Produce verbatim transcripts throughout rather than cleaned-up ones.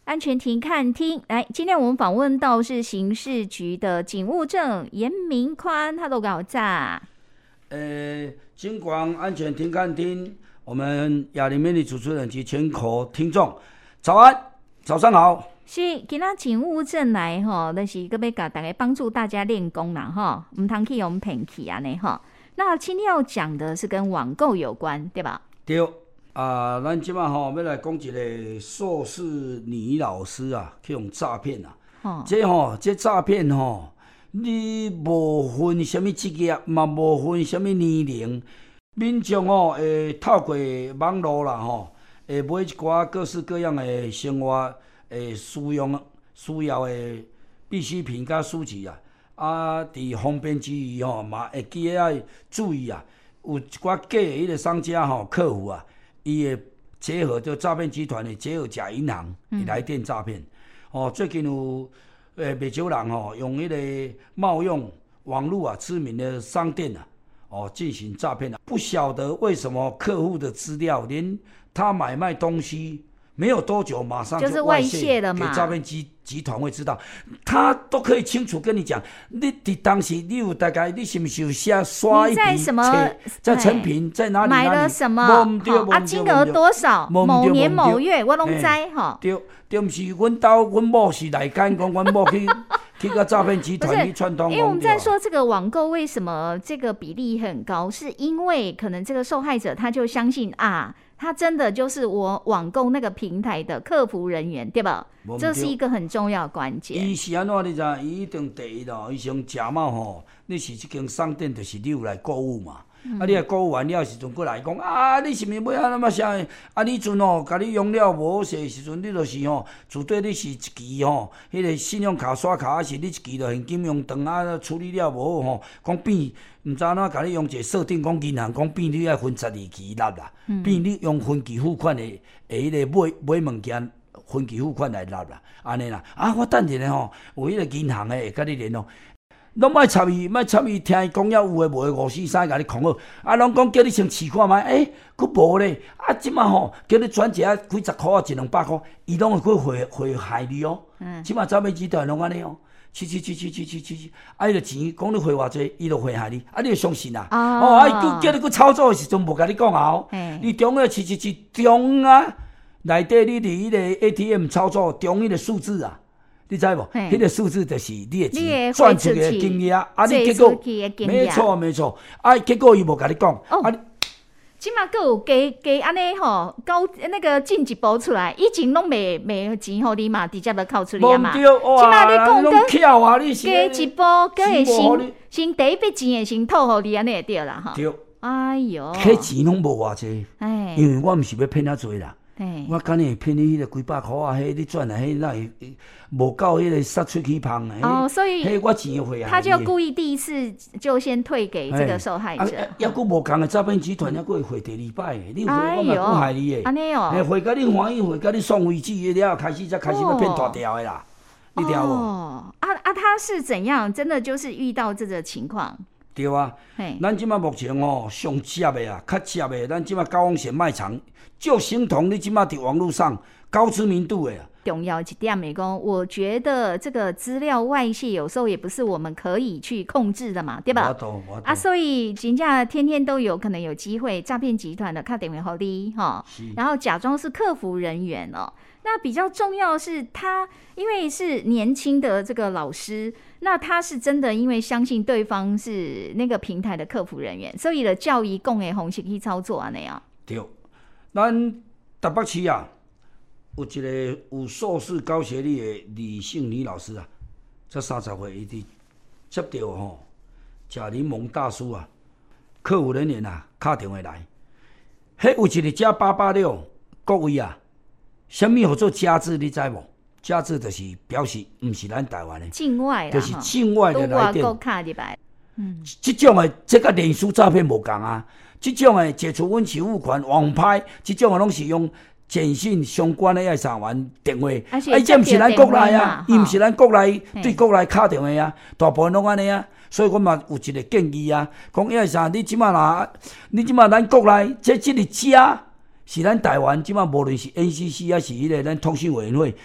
安全庭看厅。来，今天我们访问到是刑事局的警务正严明宽，他都搞炸。 呃，警广安全庭看厅，我们亚林媒体主持人及全国听众，早安，早上好。 是，今仔警务正来吼，就是个要甲大家帮助大家练功啦吼，唔通去用骗去安尼吼。那今天要讲的是跟网购有关，对吧？ 对啊，咱即马吼要来讲一个硕士女老师啊，去用诈骗啊。哦，这吼、喔，这诈骗吼、喔，你无分什么职业，嘛无分什么年龄，民众哦、喔，会透过网络啦吼，会买一寡各式各样的生活。诶，使用需要的必需品甲书籍啊，啊，伫方便之余吼，嘛会记得要注意啊。有一寡假的迄个商家吼，客户啊，伊会结合着诈骗集团的结合假银行来电诈骗。嗯、哦，最近有诶不少人吼，用迄个冒用网络啊知名的商店啊，哦进行诈骗啊。不晓得为什么客户的资料，连他买卖东西。没有多久，马上就外泄了嘛，给诈骗集集团会知道，他都可以清楚跟你讲，你伫当时你有大概你是不是有写刷一笔钱，在成品在哪里买了什么，啊金额多少，某年某月我拢知哈。 对，对，不是阮兜阮某是来干讲，阮某去去个诈骗集团去串通。 因为我们在说这个网购为什么这个比例很高，是因为可能这个受害者他就相信啊。他真的就是我网购那个平台的客服人员，对吧？这是一个很重要的关键。 伊是安怎你知？伊一定第一咯，伊先假冒吼，你是这间商店，就是你有来购物嘛。嗯、啊，你来购物完了时阵，过来讲啊，你是毋是买啊那么啥？啊，你阵哦，甲你用了无势时阵，你就是吼，除对你是一期吼，迄、那个信用卡刷卡，还是你一期就现金用断啊，处理了无好吼，讲变。毋知哪甲你用一个设定，讲银行讲变你要分十二期纳啦，嗯、变你用分期付款的，诶，迄个买买物件分期付款来纳啦，安尼啦。啊，我等一下吼，有迄个银行诶会甲你联络，拢莫插伊，莫插伊，听伊讲了有诶无诶五四三甲你控好，啊，拢讲叫你先试看卖，诶、欸，佫无咧，啊，即马吼叫你转一下几十箍啊，一两百箍，伊拢会去回回害你哦。嗯，即马诈骗集团拢安尼哦。去去去去去去去，啊！伊就钱讲你汇偌济，伊就汇下你，啊！你就相信啊！哦，啊！伊叫叫你去操作的时阵，无甲你讲啊！你中个去去去中啊，内底你伫迄个 A T M 操作中迄个数字啊，你知无？迄个数字就是你的钱赚出去的金额，啊！你结果没错没错，啊！结果伊无甲你讲，啊！ 即马佫有加加安尼吼，高那个进一步出来，以前拢袂袂钱互你嘛，直接就扣出来嘛。即马你讲佫加一步，佫会先先第一笔钱会先吐互你，安尼会对啦吼。 对。 哎哟。 迄钱拢无偌济，哎，因为我毋是要骗遐济啦。我敢会骗你迄个几百箍啊，迄你赚来迄那无够迄个杀出去芳的。 哦，所以迄我钱会啊。 他就故意第一次就先退给这个受害者。 抑佫无共的诈骗集团，抑佫会汇第二摆的，你汇我嘛不害你的。 安尼哦。 汇甲你欢喜，汇甲你送为止了，开始才开始要骗大条的啦，你听无？ 哦，啊啊，他是怎样？真的就是遇到这个情况。 对啊，咱即马目前哦，上接的啊，较接的，咱即马高风险卖场就形同你即马伫网络上高知名度的啊。 重要一点美工，我觉得这个资料外泄有时候也不是我们可以去控制的嘛，对吧？啊，所以真正天天都有可能有机会，诈骗集团的打电话给你哈，然后假装是客服人员哦。那比较重要的是他，因为是年轻的这个老师，那他是真的因为相信对方是那个平台的客服人员，所以了教伊讲的方式去操作安尼啊。 对，咱台北市啊。有一个有硕士高学历的李姓女老师啊，才三十岁，伊伫接到吼贾柠檬大叔啊，客服人员啊打电话来，迄有一个加八八六各位啊，什么叫做加字？你知无？加字就是表示毋是咱台湾的， 境外啦， 就是境外的来电。 嗯， 这种的这个脸书诈骗无共啊，这种的解除温期付款、网拍，这种的拢是用。简讯相关的爱上完电话，啊，这毋是咱国内啊，伊毋是咱国内对国内打电话啊，大部分拢安尼啊，所以我嘛有一个建议啊，讲要啥，你即马啦，你即马咱国内这这个家是咱台湾即马无论是 N C C 还是迄个咱通讯委员会，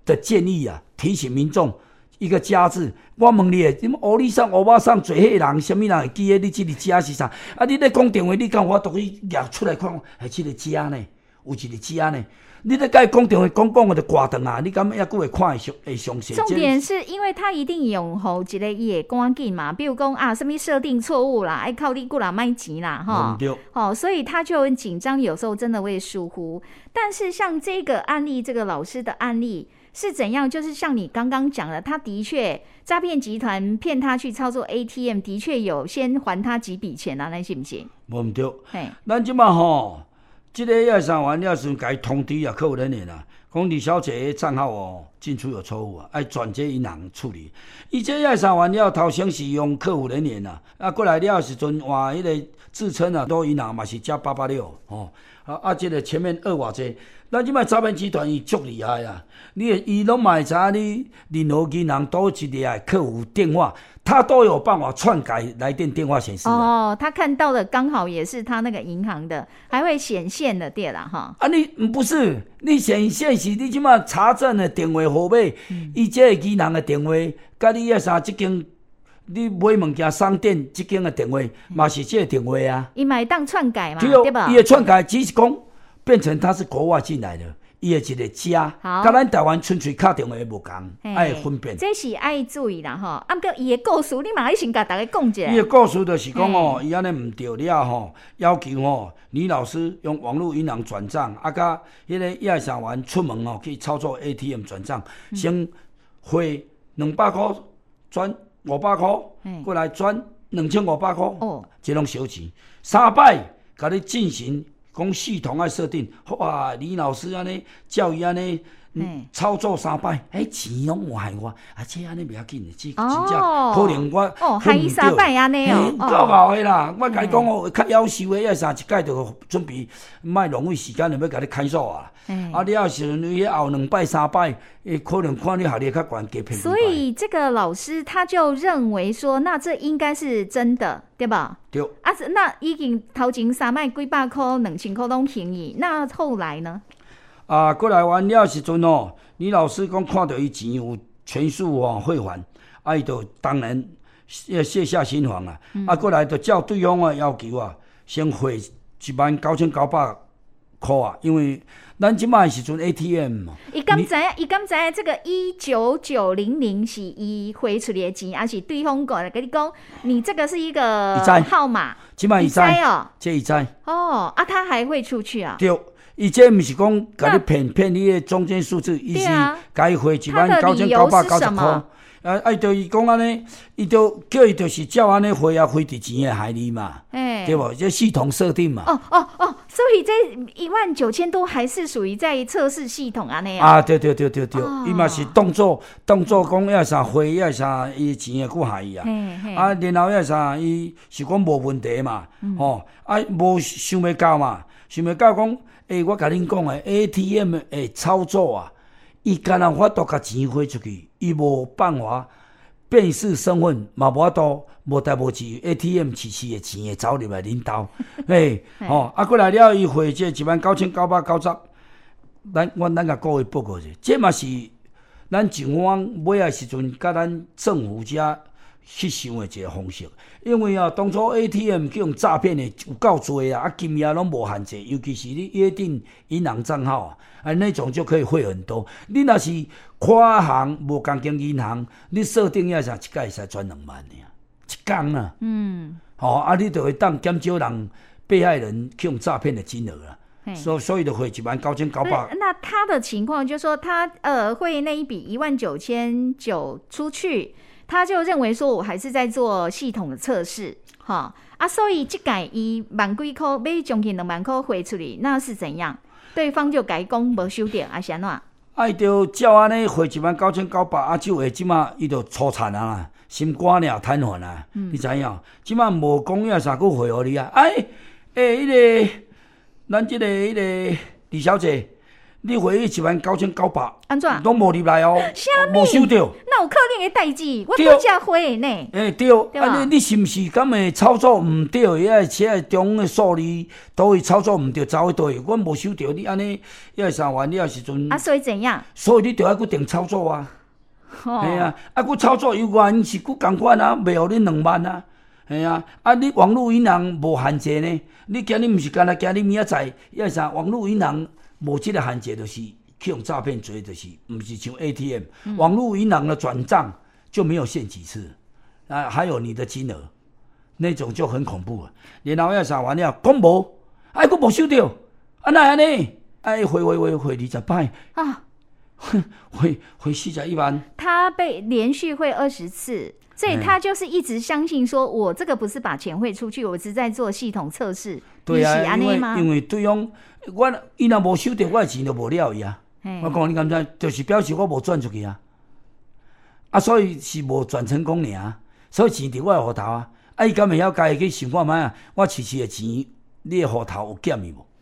的建议啊，提醒民众一个家字。我问你诶，你们乌里上、乌巴上做迄人，什么人会记得你这个家是啥？啊，你咧讲电话，你敢有法度去拿出来看？哎，这个家呢，有一个家呢。你咧甲伊讲电话，讲讲我就挂断啊！你敢抑久会看会详会详细？ 重点是因为他一定用好一个伊会赶紧嘛，比如讲啊，什么设定错误啦，爱靠你过来卖钱啦，哈， 对， 哦，所以他就很紧张，有时候真的会疏忽。但是像这个案例，这个老师的案例是怎样？就是像你刚刚讲的，他的确诈骗集团骗他去操作 A T M， 的确有先还他几笔钱啊，那是不是？ 无毋对，咱即马吼。这个叶三元了时，甲伊通知啊，客户人员啊，讲李小姐的账号哦进出有错误啊，爱转接银行处理。伊这叶三元了头先是用客户人员啊，啊过来了时阵话迄个自称啊，多银行嘛是加八八六哦，啊啊这个前面二偌济，咱即摆诈骗集团伊足厉害啊，你伊拢嘛会知影你任何银行倒一个客户电话。他都有办法篡改来电电话显示、啊、 哦，他看到的刚好也是他那个银行的，还会显现的对啦哈。 啊，你不是你显现是你即马查证的电话号码，伊、嗯、这个银行的电话，甲你迄啥即间你买物件商店即间的电话，嘛、嗯、是这个电话啊。 伊嘛会当篡改嘛，对吧？ 伊的篡改只是讲变成他是国外进来的。伊的一个家，甲咱台湾纯粹敲电话无共，爱分辨。 这是爱注意啦吼。啊，不过伊的故事，你嘛要先甲大家讲一下。 伊的故事就是讲哦，伊安尼唔对了吼，要求吼女老师用网络银行转账，啊，甲迄个叶三元出门哦去操作 A T M 转账，嗯、先汇两百块转五百块，过来转两千五百块，哦，这种小钱，三摆甲你进行。讲系统爱设定，哇！李老师安尼教伊安尼、嗯、操作三摆，哎，钱拢换我，啊，这安尼袂要紧的，这真正可能我哦，害伊三摆安尼哦， 够后的啦！我甲你讲哦，较夭寿的，要啥一届就准备卖浪费时间，就要甲你开锁啊！啊，你要是你后两摆三摆，诶，可能看你效率较悬，加骗。 所以这个老师他就认为说，那这应该是真的，对吧？ 对。 啊，那已经头前三摆几百块、两千块拢便宜，那后来呢？ 啊，过来完了时阵哦，李老师讲看到伊钱有全数哦汇还，啊，伊就当然卸卸下心防啊，嗯、啊，过来就照对方的要求啊，先汇一万九千九百块啊，因为。咱即摆时阵 A T M 嘛， 伊敢知影？伊敢知影？这个一九九零零是伊汇出来的钱，还是对方过来跟你讲，你这个是一个号码？ 即摆伊知哦， 这伊知哦啊，他还会出去啊？ 对，伊这毋是讲甲你骗骗你的中间数字，伊是甲伊汇一万九千九百九十块。啊，啊，就伊讲安尼，伊就叫伊就是照安尼汇啊，汇伫钱的海里嘛，欸、对不？这系统设定嘛。 哦哦哦，所以这一万九千多还是属于在测试系统啊那样。 啊，对对对对对，伊嘛、哦、是动作动作讲要啥汇要啥，伊钱会够海伊啊。啊，然後要啥，伊是講無問題嘛，嗯、哦，啊，無想要到嘛，想要到講，誒、欸，我甲恁講誒 A T M 誒操作啊。伊敢若法度甲錢匯出去，伊無辦法辨識身份，嘛無法度無代無志 A T M 次次的錢會走入來恁兜，嘿，吼，啊過來了伊匯這一萬九千九百九十，咱阮咱甲各位報告者，這嘛是咱警方買的時陣，甲咱政府遮去想的一個方式，因為啊，當初 A T M 去用詐騙的有夠多啊，啊金額攏無限制，尤其是你約定銀行賬號啊。啊，那種就可以匯很多。你若是跨行無共間銀行，你設定要啥一屆會使賺兩萬呢？一工啊。嗯。吼、哦，啊，你就會當減少人被害人去用詐騙的金額啦。所所以就匯一萬九千九百。 那他的情況就是說他，他呃匯那一筆一萬九千九出去，他就認為說我還是在做系統的測試，哈啊，所以這屆伊萬幾塊買將近兩萬塊匯出去，那是怎樣？對方就改講無收到，啊是安怎？ 啊，伊就照安尼匯一萬九千九百，啊，就會即馬伊就粗殘啊啦，心肝了癱瘓啊，嗯、你知影？即馬無講遐啥，佫匯互你啊？哎，誒、欸，迄、那個，咱即個迄個李小姐，你匯一萬九千九百， 安怎？ 攏無入來哦，無收到。 那嘛有可能的代志，我都真花呢。 诶，对，啊，你你是毋是敢会操作毋对？遐车中的数字都会操作毋对，走去对，阮无收到你安尼，遐三万你啊时阵。 啊，所以怎样？ 所以你着爱去定操作啊。哦。嘿啊，啊，佮操作有原是佮共款啊，袂互你两万啊。嘿啊，啊，你网络银行无限制呢？你今日毋是干那，今日明仔载，遐啥网络银行无即个限制，就是去用诈骗罪，就是毋是像 A T M，、嗯、网络银行的转账就没有限几次，啊，还有你的金额，那种就很恐怖了。然后遐啥完了，讲无，哎，佫无收到，啊那安尼，哎，回回回回二十摆啊，回回四十一万。 他被连续汇二十次。所以他就是一直相信说，我这个不是把钱汇出去，我是在做系统测试。 对啊，因为因为对方我伊若无收到我的钱就无了伊啊。我讲你敢知，就是表示我无转出去啊。啊，所以是无转成功尔，所以钱伫我的户头啊。啊，伊敢会晓家己去想看卖啊？我迟迟的钱，你的户头有减伊无？